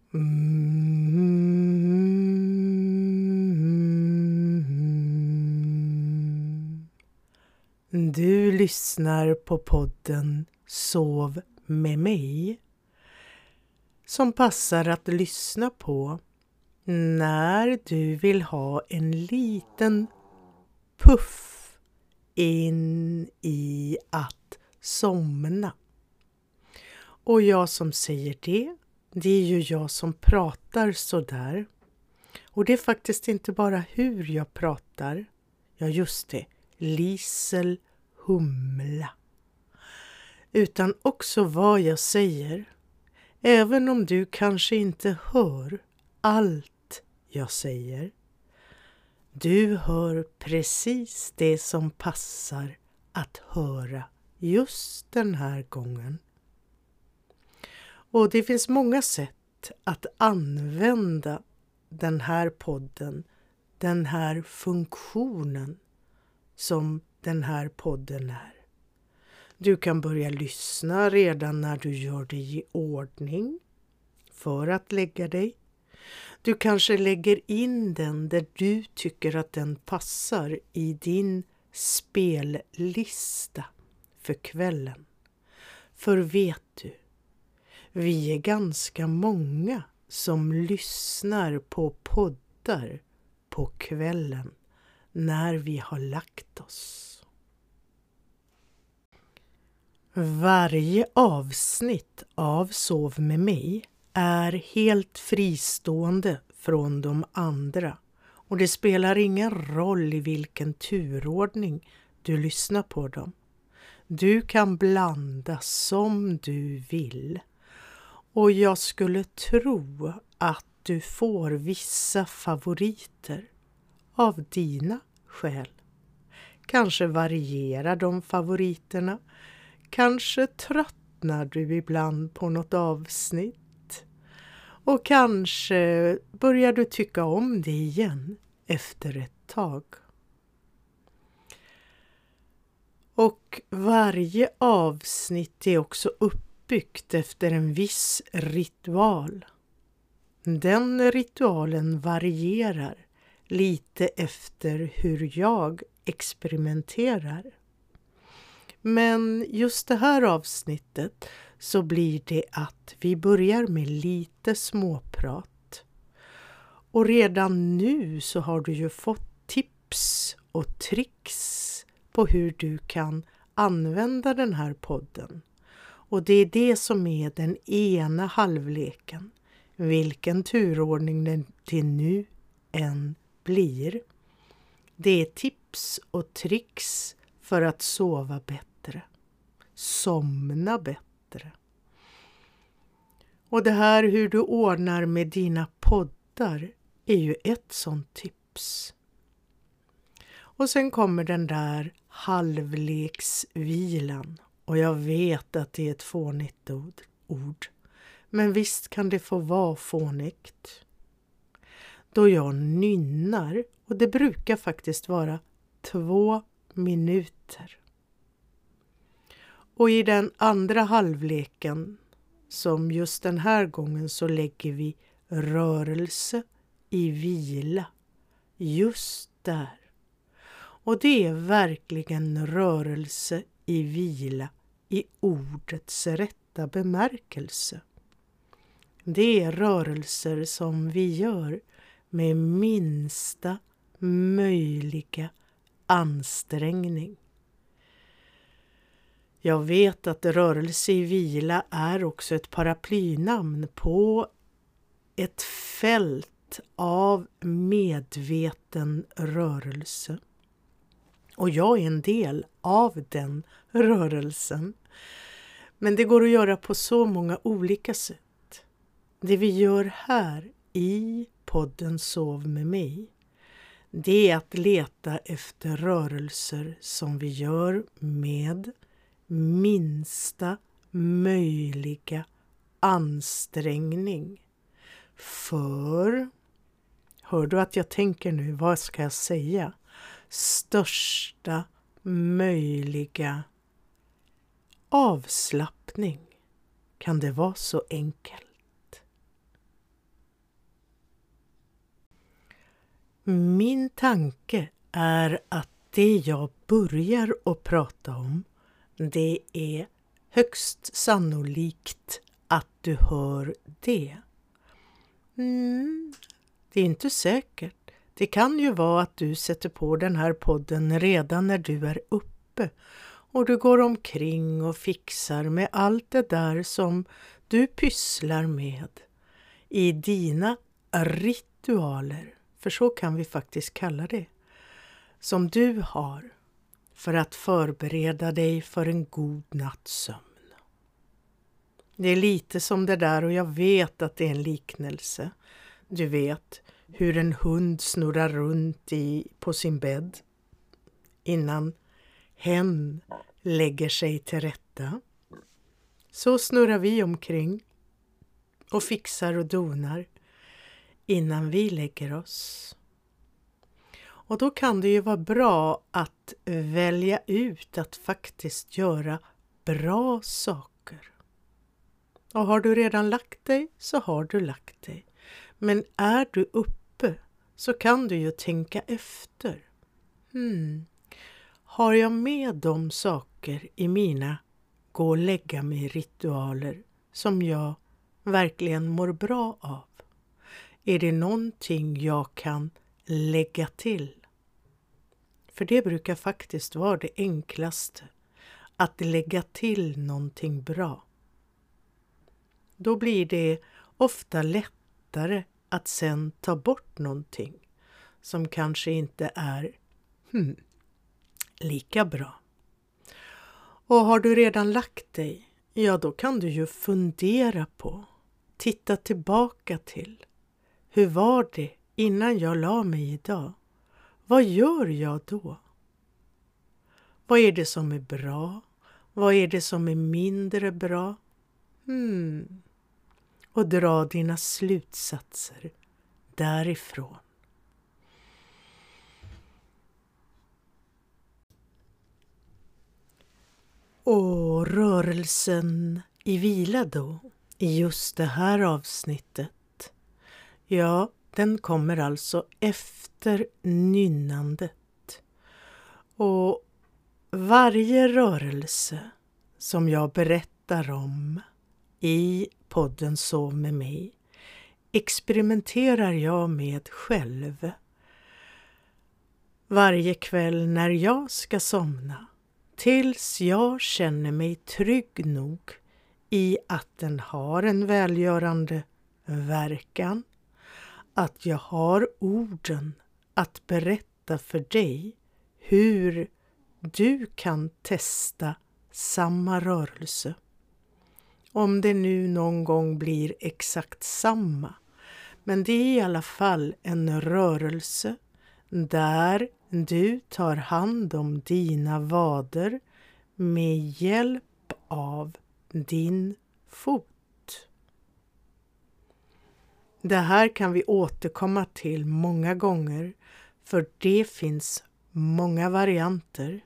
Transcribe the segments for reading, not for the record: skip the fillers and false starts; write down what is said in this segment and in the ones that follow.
Du lyssnar på podden Sov med mig, som passar att lyssna på när du vill ha en liten puff in i att somna. Och jag som säger det är ju jag som pratar så där. Och det är faktiskt inte bara hur jag pratar. Ja, just det. Lisel Humla. Utan också vad jag säger. Även om du kanske inte hör allt jag säger. Du hör precis det som passar att höra just den här gången. Och det finns många sätt att använda den här podden, den här funktionen som den här podden är. Du kan börja lyssna redan när du gör dig i ordning för att lägga dig. Du kanske lägger in den där du tycker att den passar i din spellista för kvällen. För vet du, vi är ganska många som lyssnar på poddar på kvällen när vi har lagt oss. Varje avsnitt av Sov med mig är helt fristående från de andra och det spelar ingen roll i vilken turordning du lyssnar på dem. Du kan blanda som du vill. Och jag skulle tro att du får vissa favoriter av dina skäl. Kanske varierar de favoriterna. Kanske tröttnar du ibland på något avsnitt. Och kanske börjar du tycka om det igen efter ett tag. Och varje avsnitt är också uppbyggt efter en viss ritual. Den ritualen varierar lite efter hur jag experimenterar. Men just det här avsnittet så blir det att vi börjar med lite småprat. Och redan nu så har du ju fått tips och tricks på hur du kan använda den här podden. Och det är det som är den ena halvleken. Vilken turordning det nu än blir. Det är tips och tricks för att sova bättre. Somna bättre. Och det här hur du ordnar med dina poddar är ju ett sånt tips. Och sen kommer den där halvleksvilan. Och jag vet att det är ett fånigt ord. Men visst kan det få vara fånigt. Då jag nynnar, och det brukar faktiskt vara 2 minuter. Och i den andra halvleken, som just den här gången, så lägger vi rörelse i vila. Just där. Och det är verkligen rörelse i vila i ordets rätta bemärkelse. Det är rörelser som vi gör med minsta möjliga ansträngning. Jag vet att rörelse i vila är också ett paraplynamn på ett fält av medveten rörelse. Och jag är en del av den rörelsen. Men det går att göra på så många olika sätt. Det vi gör här i podden Sov med mig, det är att leta efter rörelser som vi gör med minsta möjliga ansträngning. För, hör du att jag tänker nu, vad ska jag säga? Största möjliga avslappning. Kan det vara så enkelt? Min tanke är att det jag börjar att prata om, det är högst sannolikt att du hör det. Det är inte säkert. Det kan ju vara att du sätter på den här podden redan när du är uppe och du går omkring och fixar med allt det där som du pysslar med i dina ritualer, för så kan vi faktiskt kalla det, som du har för att förbereda dig för en god natts sömn. Det är lite som det där, och jag vet att det är en liknelse. Du vet hur en hund snurrar runt på sin bädd innan hen lägger sig till rätta. Så snurrar vi omkring och fixar och donar innan vi lägger oss. Och då kan det ju vara bra att välja ut att faktiskt göra bra saker. Och har du redan lagt dig så har du lagt dig. Men är du uppe så kan du ju tänka efter. Har jag med de saker i mina gå och lägga mig ritualer som jag verkligen mår bra av? Är det någonting jag kan lägga till? För det brukar faktiskt vara det enklaste, att lägga till någonting bra. Då blir det ofta lättare att sen ta bort någonting som kanske inte är lika bra. Och har du redan lagt dig, ja då kan du ju fundera på, titta tillbaka till, hur var det innan jag la mig idag? Vad gör jag då? Vad är det som är bra? Vad är det som är mindre bra? Och dra dina slutsatser därifrån. Och rörelsen i vila då, i just det här avsnittet, ja, den kommer alltså efter nynnandet. Och varje rörelse som jag berättar om i podden Sov med mig experimenterar jag med själv. Varje kväll när jag ska somna, tills jag känner mig trygg nog i att den har en välgörande verkan, att jag har orden att berätta för dig hur du kan testa samma rörelse. Om det nu någon gång blir exakt samma. Men det är i alla fall en rörelse där du tar hand om dina vader med hjälp av din fot. Det här kan vi återkomma till många gånger, för det finns många varianter.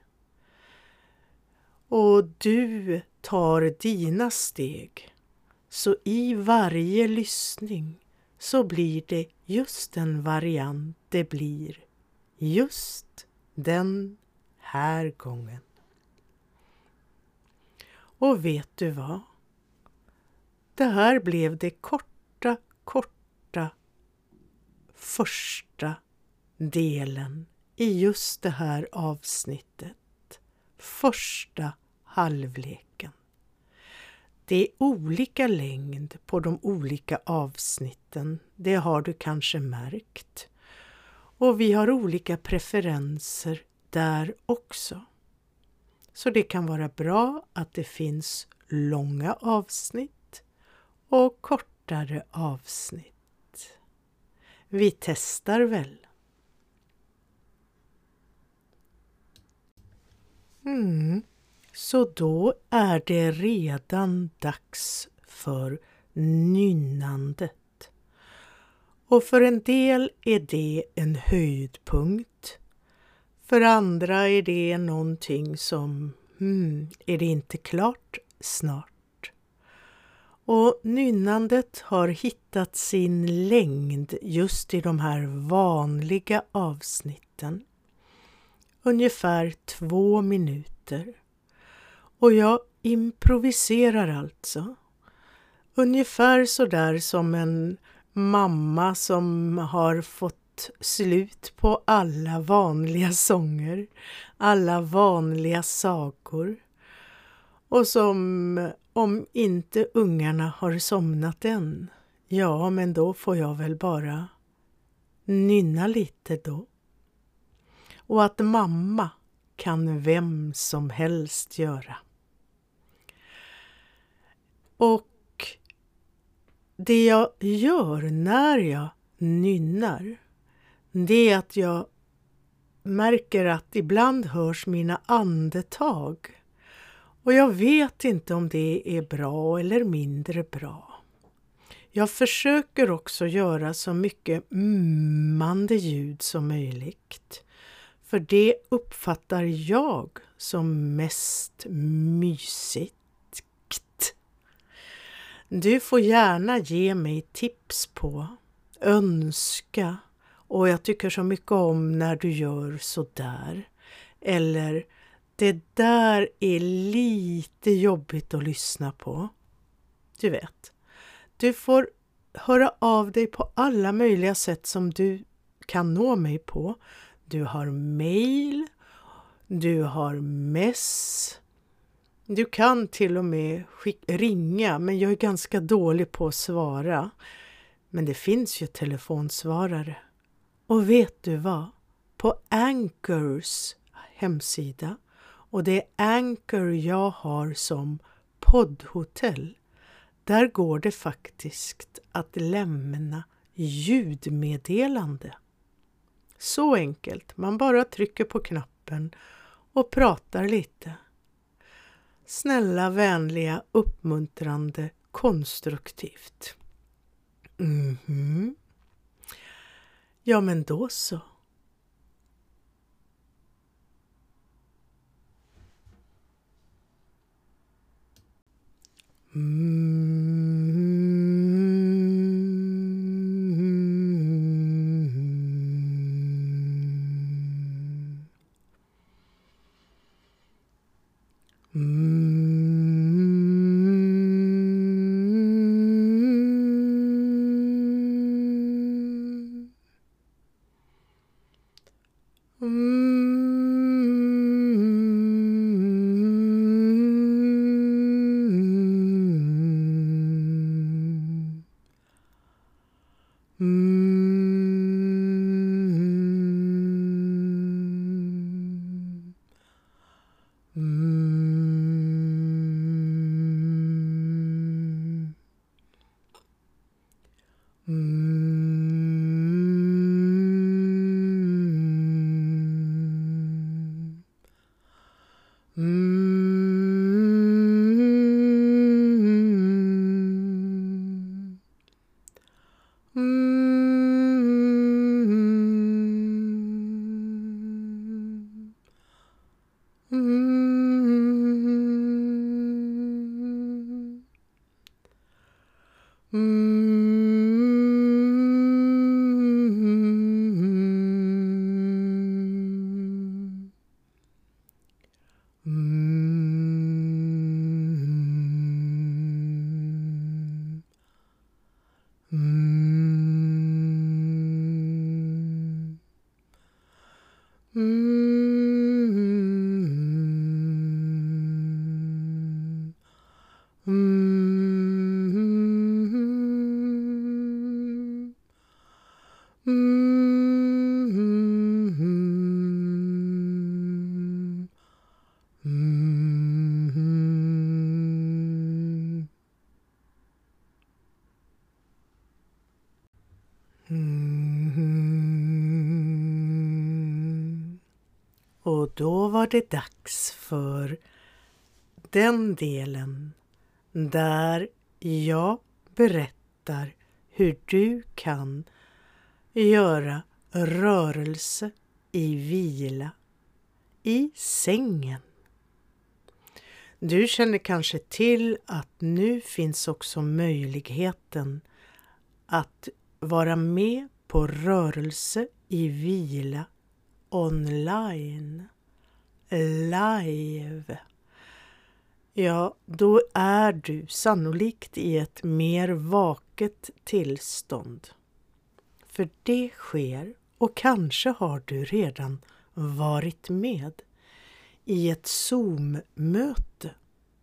Och du tar dina steg, så i varje lyssning så blir det just en variant, det blir just den här gången. Och vet du vad? Det här blev det korta första delen i just det här avsnittet. Första halvleken. Det är olika längd på de olika avsnitten, det har du kanske märkt. Och vi har olika preferenser där också. Så det kan vara bra att det finns långa avsnitt och kortare avsnitt. Vi testar väl. Så då är det redan dags för nynnandet. Och för en del är det en höjdpunkt. För andra är det någonting som, är det inte klart snart? Och nynnandet har hittat sin längd just i de här vanliga avsnitten. Ungefär 2 minuter. Och jag improviserar alltså. Ungefär så där som en mamma som har fått slut på alla vanliga sånger, alla vanliga sagor. Och som om inte ungarna har somnat än, ja men då får jag väl bara nynna lite då. Och att mamma kan vem som helst göra. Och det jag gör när jag nynnar, det är att jag märker att ibland hörs mina andetag. Och jag vet inte om det är bra eller mindre bra. Jag försöker också göra så mycket ljud som möjligt. För det uppfattar jag som mest mysigt. Du får gärna ge mig tips på, önska, och jag tycker så mycket om när du gör så där. Eller det där är lite jobbigt att lyssna på. Du vet, du får höra av dig på alla möjliga sätt som du kan nå mig på. Du har mail, du har mess. Du kan till och med ringa, men jag är ganska dålig på att svara. Men det finns ju telefonsvarare. Och vet du vad? På Anchors hemsida, och det är Anchor jag har som poddhotell, där går det faktiskt att lämna ljudmeddelande. Så enkelt, man bara trycker på knappen och pratar lite. Snälla, vänliga, uppmuntrande, konstruktivt. Ja, men då så. Och då var det dags för den delen där jag berättar hur du kan göra rörelse i vila i sängen. Du känner kanske till att nu finns också möjligheten att vara med på rörelse i vila online, live. Ja, då är du sannolikt i ett mer vaket tillstånd. För det sker, och kanske har du redan varit med i ett Zoom-möte.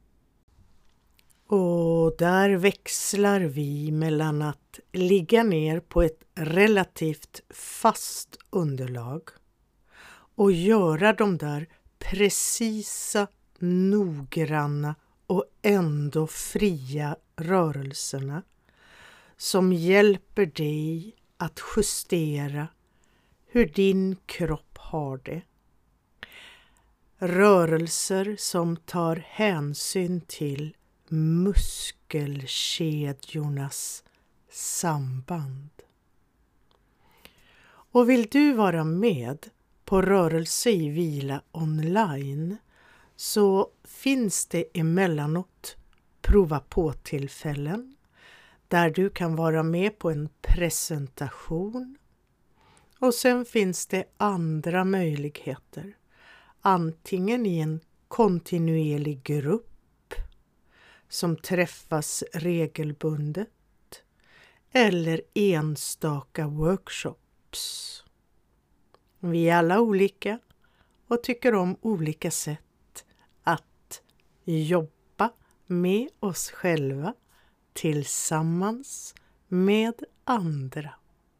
Och där växlar vi mellan att ligga ner på ett relativt fast underlag och göra de där precisa, noggranna och ändå fria rörelserna som hjälper dig att justera hur din kropp har det. Rörelser som tar hänsyn till muskelkedjornas samband. Och vill du vara med på rörelse i vila online så finns det emellanåt prova på tillfällen där du kan vara med på en presentation. Och sen finns det andra möjligheter. Antingen i en kontinuerlig grupp som träffas regelbundet eller enstaka workshops. Vi är alla olika och tycker om olika sätt att jobba med oss själva tillsammans med andra.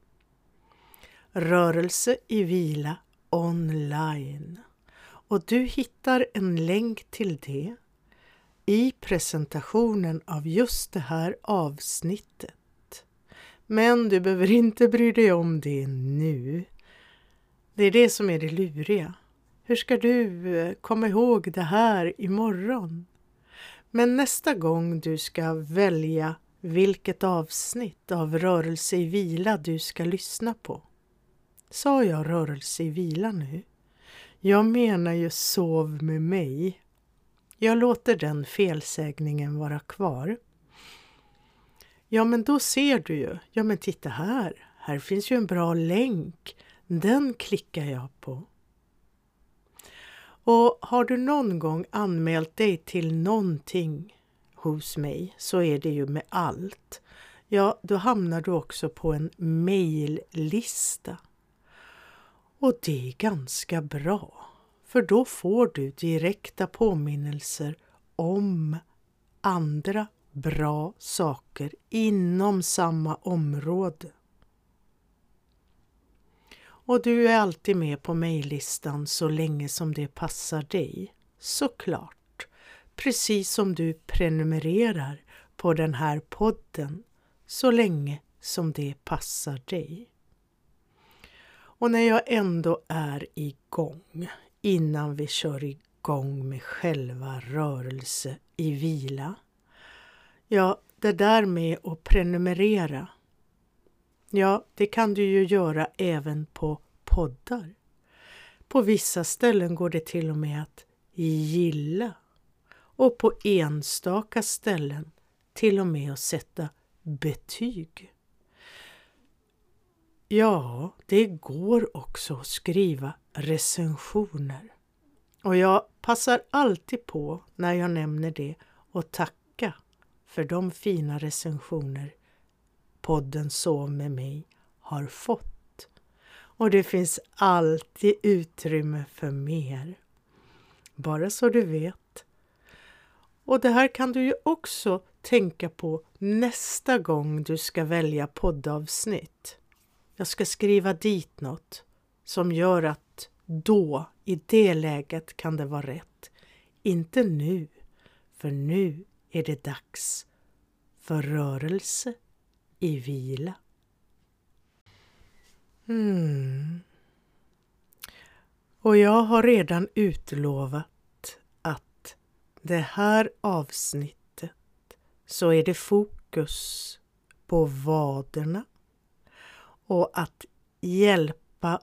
Rörelse i vila online. Och du hittar en länk till det i presentationen av just det här avsnittet. Men du behöver inte bry dig om det nu. Det är det som är det luriga. Hur ska du komma ihåg det här imorgon? Men nästa gång du ska välja vilket avsnitt av rörelse i vila du ska lyssna på. Sa jag rörelse i vila nu? Jag menar ju sov med mig. Jag låter den felsägningen vara kvar. Ja, men då ser du ju. Ja, men titta här. Här finns ju en bra länk. Den klickar jag på. Och har du någon gång anmält dig till någonting hos mig så är det ju med allt. Ja, då hamnar du också på en mejllista. Och det är ganska bra. För då får du direkta påminnelser om andra bra saker inom samma område. Och du är alltid med på mejllistan så länge som det passar dig. Såklart. Precis som du prenumererar på den här podden så länge som det passar dig. Och när jag ändå är igång, innan vi kör igång med själva rörelse i vila. Ja, det där med att prenumerera. Ja, det kan du ju göra även på poddar. På vissa ställen går det till och med att gilla. Och på enstaka ställen till och med att sätta betyg. Ja, det går också att skriva recensioner. Och jag passar alltid på när jag nämner det och tacka för de fina recensioner podden Sov med mig har fått. Och det finns alltid utrymme för mer. Bara så du vet. Och det här kan du ju också tänka på nästa gång du ska välja poddavsnitt. Jag ska skriva dit något som gör att då, i det läget kan det vara rätt. Inte nu, för nu är det dags för rörelse i vila. Och jag har redan utlovat att det här avsnittet så är det fokus på vaderna och att hjälpa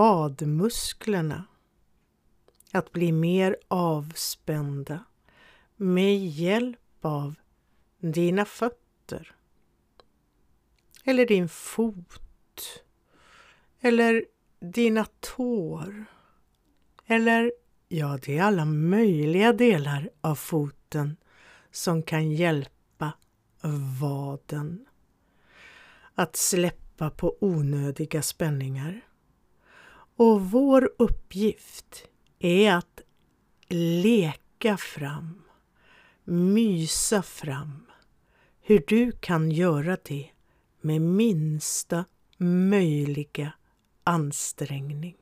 vadmusklerna att bli mer avspända med hjälp av dina fötter eller din fot eller dina tår eller ja, det är alla möjliga delar av foten som kan hjälpa vaden att släppa på onödiga spänningar. Och vår uppgift är att leka fram, mysa fram hur du kan göra det med minsta möjliga ansträngning.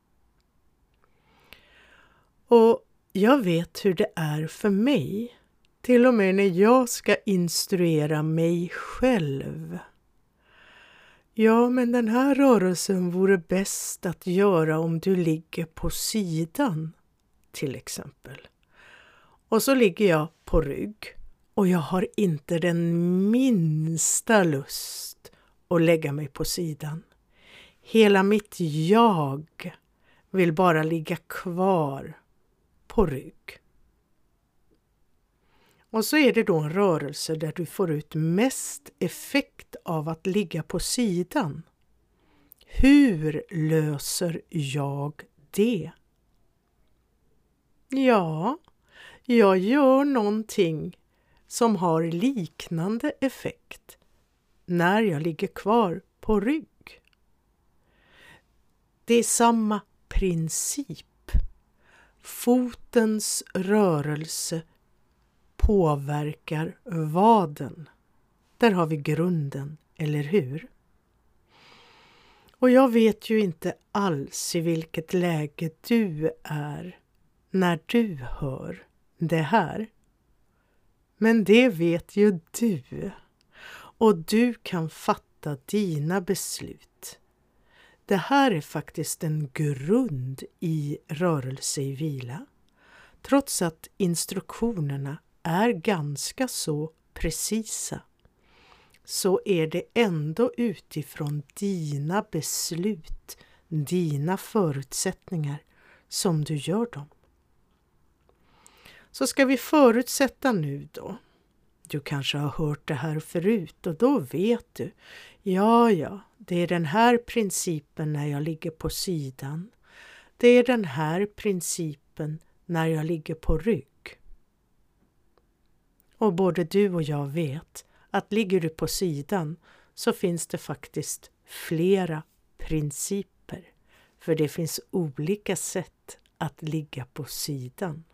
Och jag vet hur det är för mig, till och med när jag ska instruera mig själv. Ja, men den här rörelsen vore bäst att göra om du ligger på sidan, till exempel. Och så ligger jag på rygg och jag har inte den minsta lust att lägga mig på sidan. Hela mitt jag vill bara ligga kvar på rygg. Och så är det då en rörelse där du får ut mest effekt av att ligga på sidan. Hur löser jag det? Ja, jag gör någonting som har liknande effekt när jag ligger kvar på rygg. Det är samma princip. Fotens rörelse påverkar vaden. Där har vi grunden, eller hur? Och jag vet ju inte alls i vilket läge du är när du hör det här. Men det vet ju du. Och du kan fatta dina beslut. Det här är faktiskt en grund i rörelse i vila. Trots att instruktionerna är ganska så precisa, så är det ändå utifrån dina beslut, dina förutsättningar som du gör dem. Så ska vi förutsätta nu då. Du kanske har hört det här förut och då vet du. Ja, det är den här principen när jag ligger på sidan. Det är den här principen när jag ligger på rygg. Och både du och jag vet att ligger du på sidan så finns det faktiskt flera principer. För det finns olika sätt att ligga på sidan.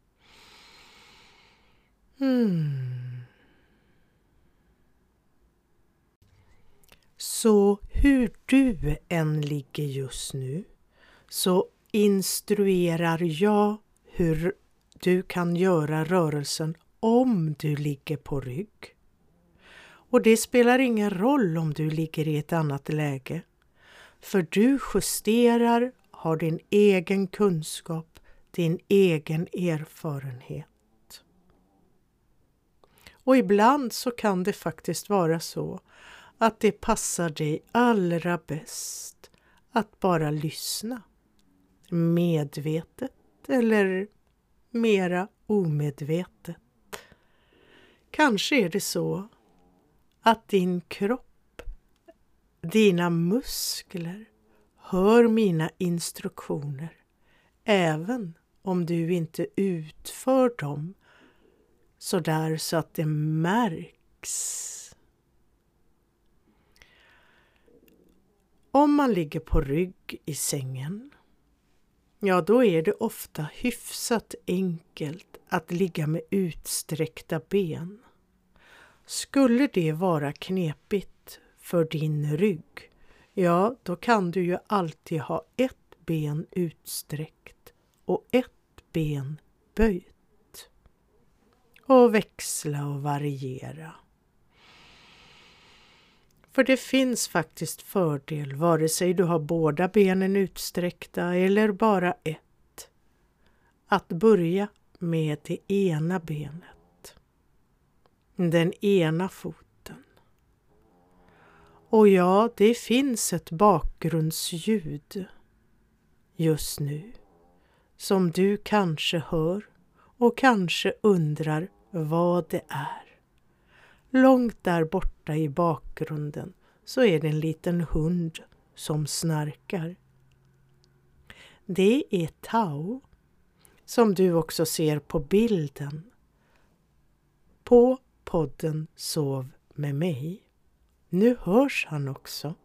Så hur du än ligger just nu så instruerar jag hur du kan göra rörelsen om du ligger på rygg. Och det spelar ingen roll om du ligger i ett annat läge. För du justerar, har din egen kunskap, din egen erfarenhet. Och ibland så kan det faktiskt vara så att det passar dig allra bäst att bara lyssna. Medvetet eller mera omedvetet. Kanske är det så att din kropp, dina muskler hör mina instruktioner även om du inte utför dem så där så att det märks. Om man ligger på rygg i sängen, ja då är det ofta hyfsat enkelt att ligga med utsträckta ben. Skulle det vara knepigt för din rygg, ja då kan du ju alltid ha ett ben utsträckt och ett ben böjt. Och växla och variera. För det finns faktiskt fördel vare sig du har båda benen utsträckta eller bara ett. Att börja med det ena benet. Den ena foten. Och ja, det finns ett bakgrundsljud just nu som du kanske hör och kanske undrar vad det är. Långt där borta i bakgrunden så är det en liten hund som snarkar. Det är Tao, som du också ser på bilden på podden Sov med mig. Nu hörs han också.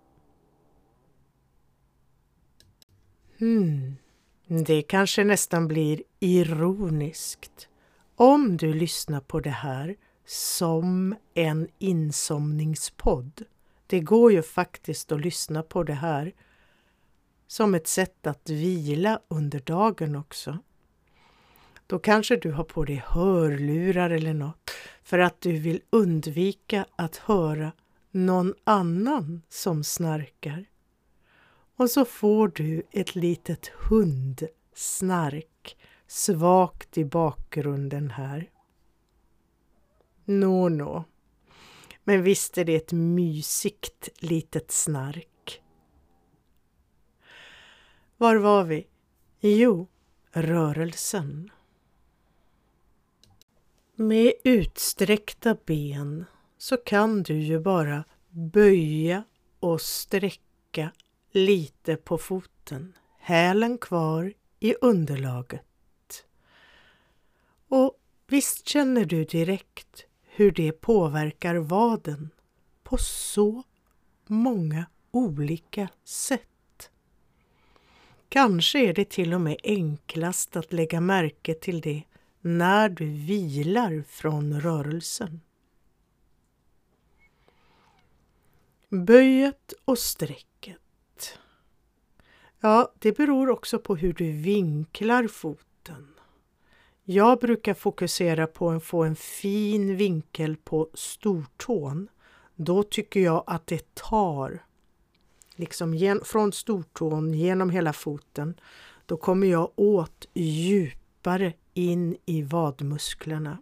Det kanske nästan blir ironiskt om du lyssnar på det här som en insomningspodd. Det går ju faktiskt att lyssna på det här som ett sätt att vila under dagen också. Då kanske du har på dig hörlurar eller något för att du vill undvika att höra någon annan som snarkar. Och så får du ett litet hundsnark svagt i bakgrunden här. Nå. Men visst är det ett mysigt litet snark. Var var vi? Jo, rörelsen. Med utsträckta ben så kan du ju bara böja och sträcka lite på foten. Hälen kvar i underlaget. Och visst känner du direkt hur det påverkar vaden på så många olika sätt. Kanske är det till och med enklast att lägga märke till det när du vilar från rörelsen. Böjet och sträcket. Ja, det beror också på hur du vinklar foten. Jag brukar fokusera på att få en fin vinkel på stortån. Då tycker jag att det tar liksom från stortån genom hela foten. Då kommer jag åt djupare in i vadmusklerna.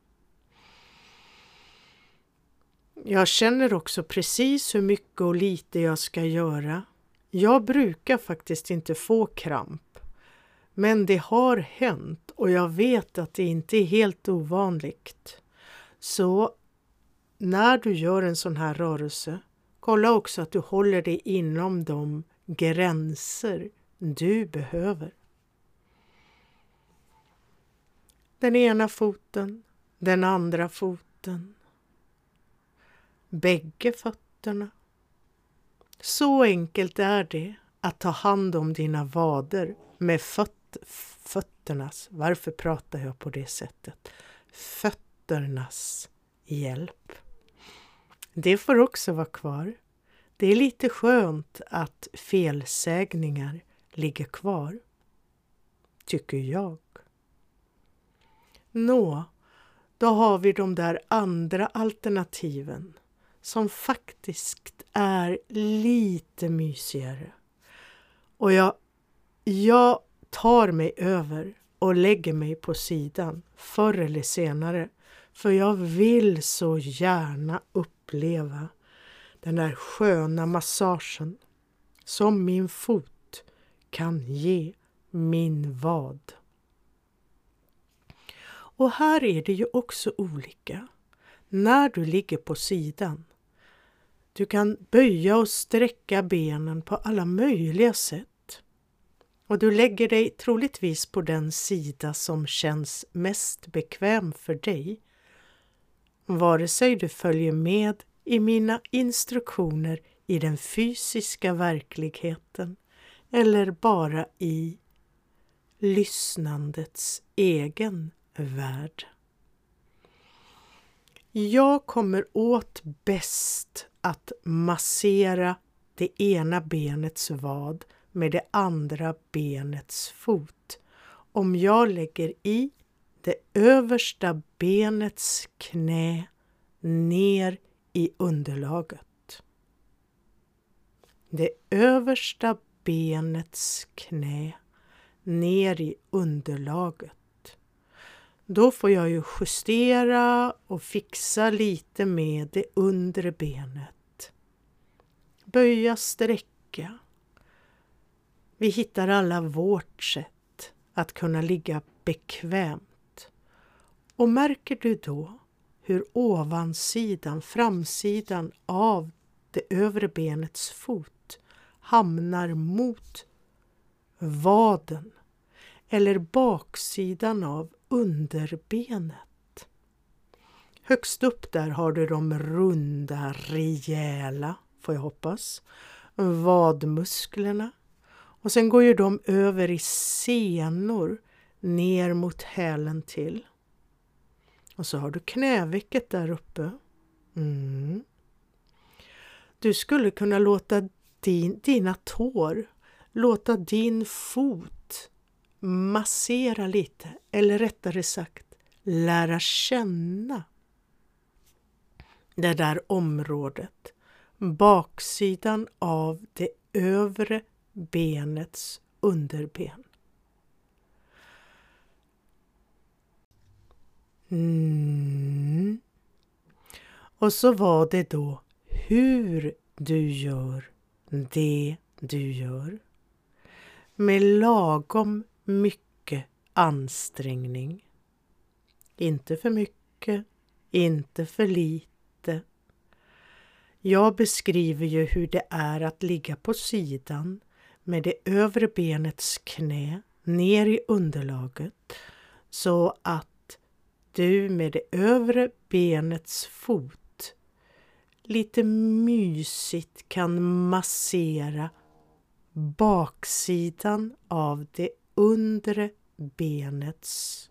Jag känner också precis hur mycket och lite jag ska göra. Jag brukar faktiskt inte få kramp. Men det har hänt och jag vet att det inte är helt ovanligt. Så när du gör en sån här rörelse, kolla också att du håller dig inom de gränser du behöver. Den ena foten, den andra foten, bägge fötterna. Så enkelt är det att ta hand om dina vader med fötternas, varför pratar jag på det sättet? Fötternas hjälp. Det får också vara kvar. Det är lite skönt att felsägningar ligger kvar, tycker jag. Då har vi de där andra alternativen som faktiskt är lite mysigare. Och jag tar mig över och lägger mig på sidan förr eller senare. För jag vill så gärna uppleva den där sköna massagen som min fot kan ge min vad. Och här är det ju också olika. När du ligger på sidan, du kan böja och sträcka benen på alla möjliga sätt. Och du lägger dig troligtvis på den sida som känns mest bekväm för dig. Vare sig du följer med i mina instruktioner i den fysiska verkligheten eller bara i lyssnandets egen värld. Jag kommer åt bäst att massera det ena benets vad med det andra benets fot. Om jag lägger i det översta benets knä ner i underlaget. Det översta benets knä ner i underlaget. Då får jag ju justera och fixa lite med det undre benet. Böja, sträcka. Vi hittar alla vårt sätt att kunna ligga bekvämt. Och märker du då hur ovansidan, framsidan av det övre benets fot hamnar mot vaden eller baksidan av underbenet. Högst upp där har du de runda, rejäla, får jag hoppas, vadmusklerna. Och sen går ju de över i senor ner mot hälen till. Och så har du knävecket där uppe. Du skulle kunna låta dina tår, låta din fot massera lite. Eller rättare sagt, lära känna det där området. Baksidan av det övre benets underben. Och så var det då hur du gör det du gör. Med lagom mycket ansträngning. Inte för mycket, inte för lite. Jag beskriver ju hur det är att ligga på sidan med det övre benets knä ner i underlaget så att du med det övre benets fot lite mysigt kan massera baksidan av det undre benets.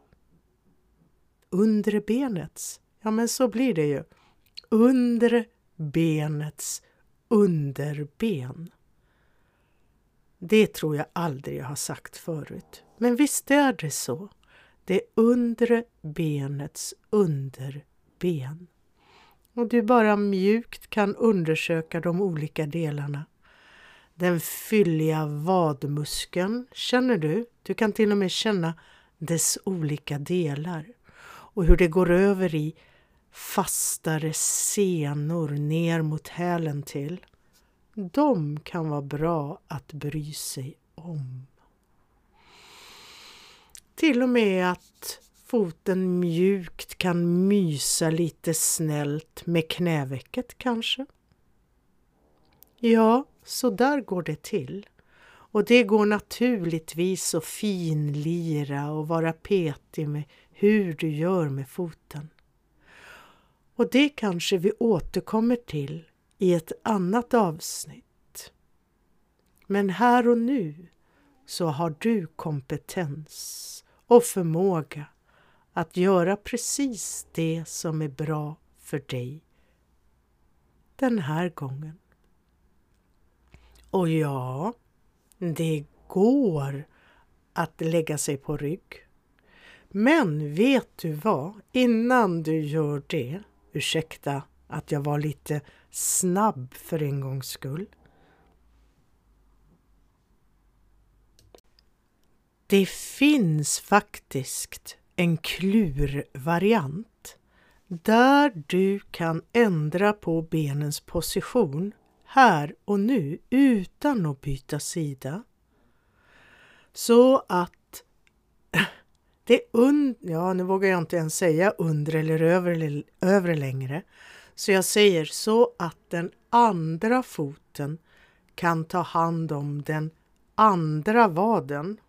Undre benets? Ja, men så blir det ju. Undre benets underben. Det tror jag aldrig jag har sagt förut. Men visst är det så. Det undre benets underben. Och du bara mjukt kan undersöka de olika delarna. Den fylliga vadmuskeln känner du. Du kan till och med känna dess olika delar. Och hur det går över i fastare senor ner mot hälen till. De kan vara bra att bry sig om. Till och med att foten mjukt kan mysa lite snällt med knävecket kanske. Ja, så där går det till. Och det går naturligtvis att finlira och vara petig med hur du gör med foten. Och det kanske vi återkommer till i ett annat avsnitt. Men här och nu så har du kompetens och förmåga att göra precis det som är bra för dig den här gången. Och ja, det går att lägga sig på rygg. Men vet du vad? Innan du gör det, ursäkta att jag var lite snabb för en gångs skull. Det finns faktiskt en klurvariant där du kan ändra på benens position här och nu utan att byta sida. Så att det nu vågar jag inte ens säga under eller övre längre. Så jag säger så att den andra foten kan ta hand om den andra vaden.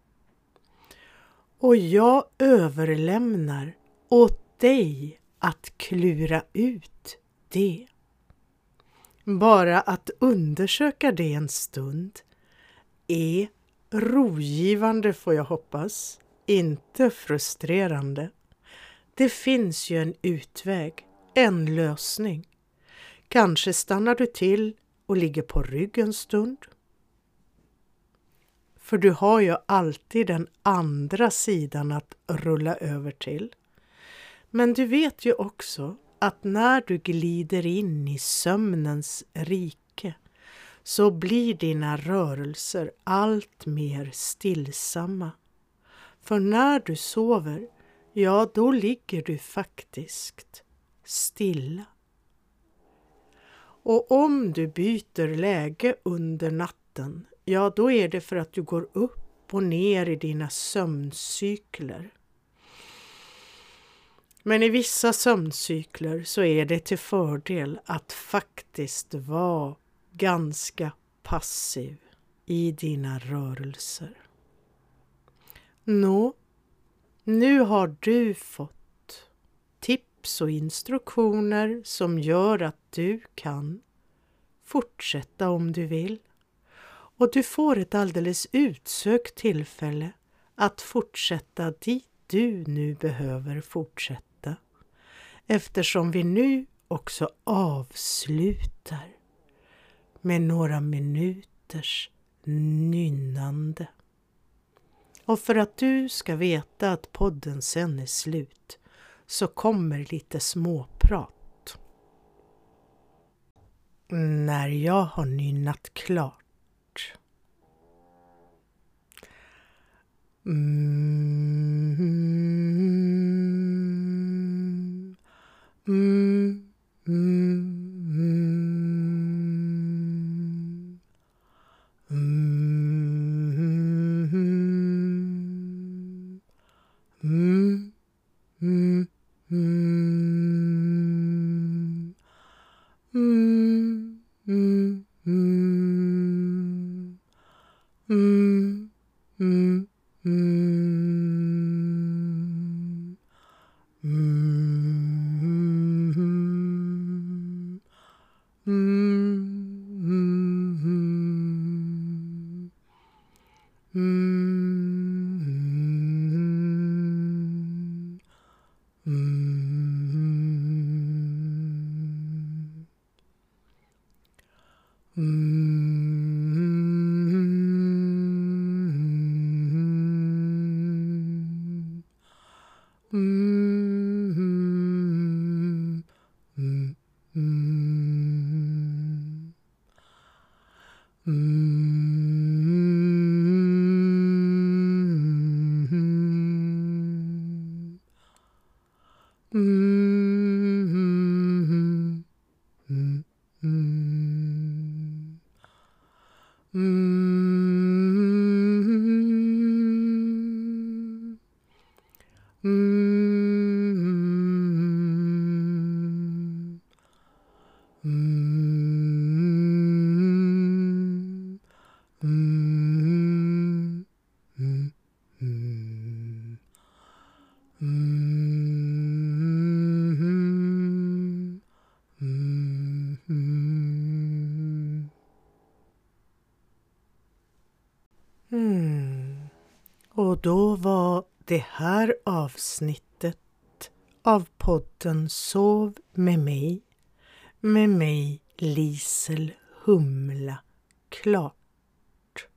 Och jag överlämnar åt dig att klura ut det. Bara att undersöka det en stund är rogivande, får jag hoppas, inte frustrerande. Det finns ju en utväg, en lösning. Kanske stannar du till och ligger på rygg en stund. För du har ju alltid den andra sidan att rulla över till. Men du vet ju också att när du glider in i sömnens rike så blir dina rörelser allt mer stillsamma. För när du sover, ja då ligger du faktiskt stilla. Och om du byter läge under natten, ja då är det för att du går upp och ner i dina sömncykler. Men i vissa sömncykler så är det till fördel att faktiskt vara ganska passiv i dina rörelser. Nu har du fått tips och instruktioner som gör att du kan fortsätta om du vill. Och du får ett alldeles utsökt tillfälle att fortsätta dit du nu behöver fortsätta. Eftersom vi nu också avslutar med några minuters nynnande. Och för att du ska veta att podden sen är slut så kommer lite småprat. När jag har nynnat klart. Och då var det här avsnittet av podden Sov med mig Lisel Humla klart.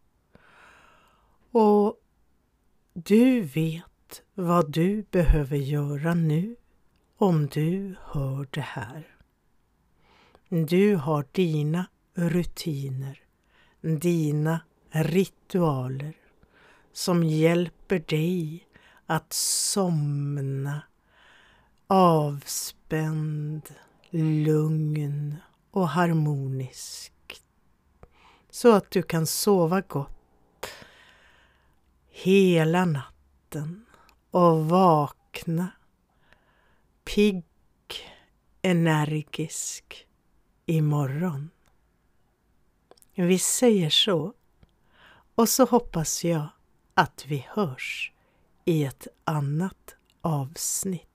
Och du vet vad du behöver göra nu om du hör det här. Du har dina rutiner, dina ritualer som hjälper dig att somna avspänd, lugn och harmonisk. Så att du kan sova gott hela natten och vakna pigg, energisk imorgon. Vi säger så, och så hoppas jag att vi hörs i ett annat avsnitt.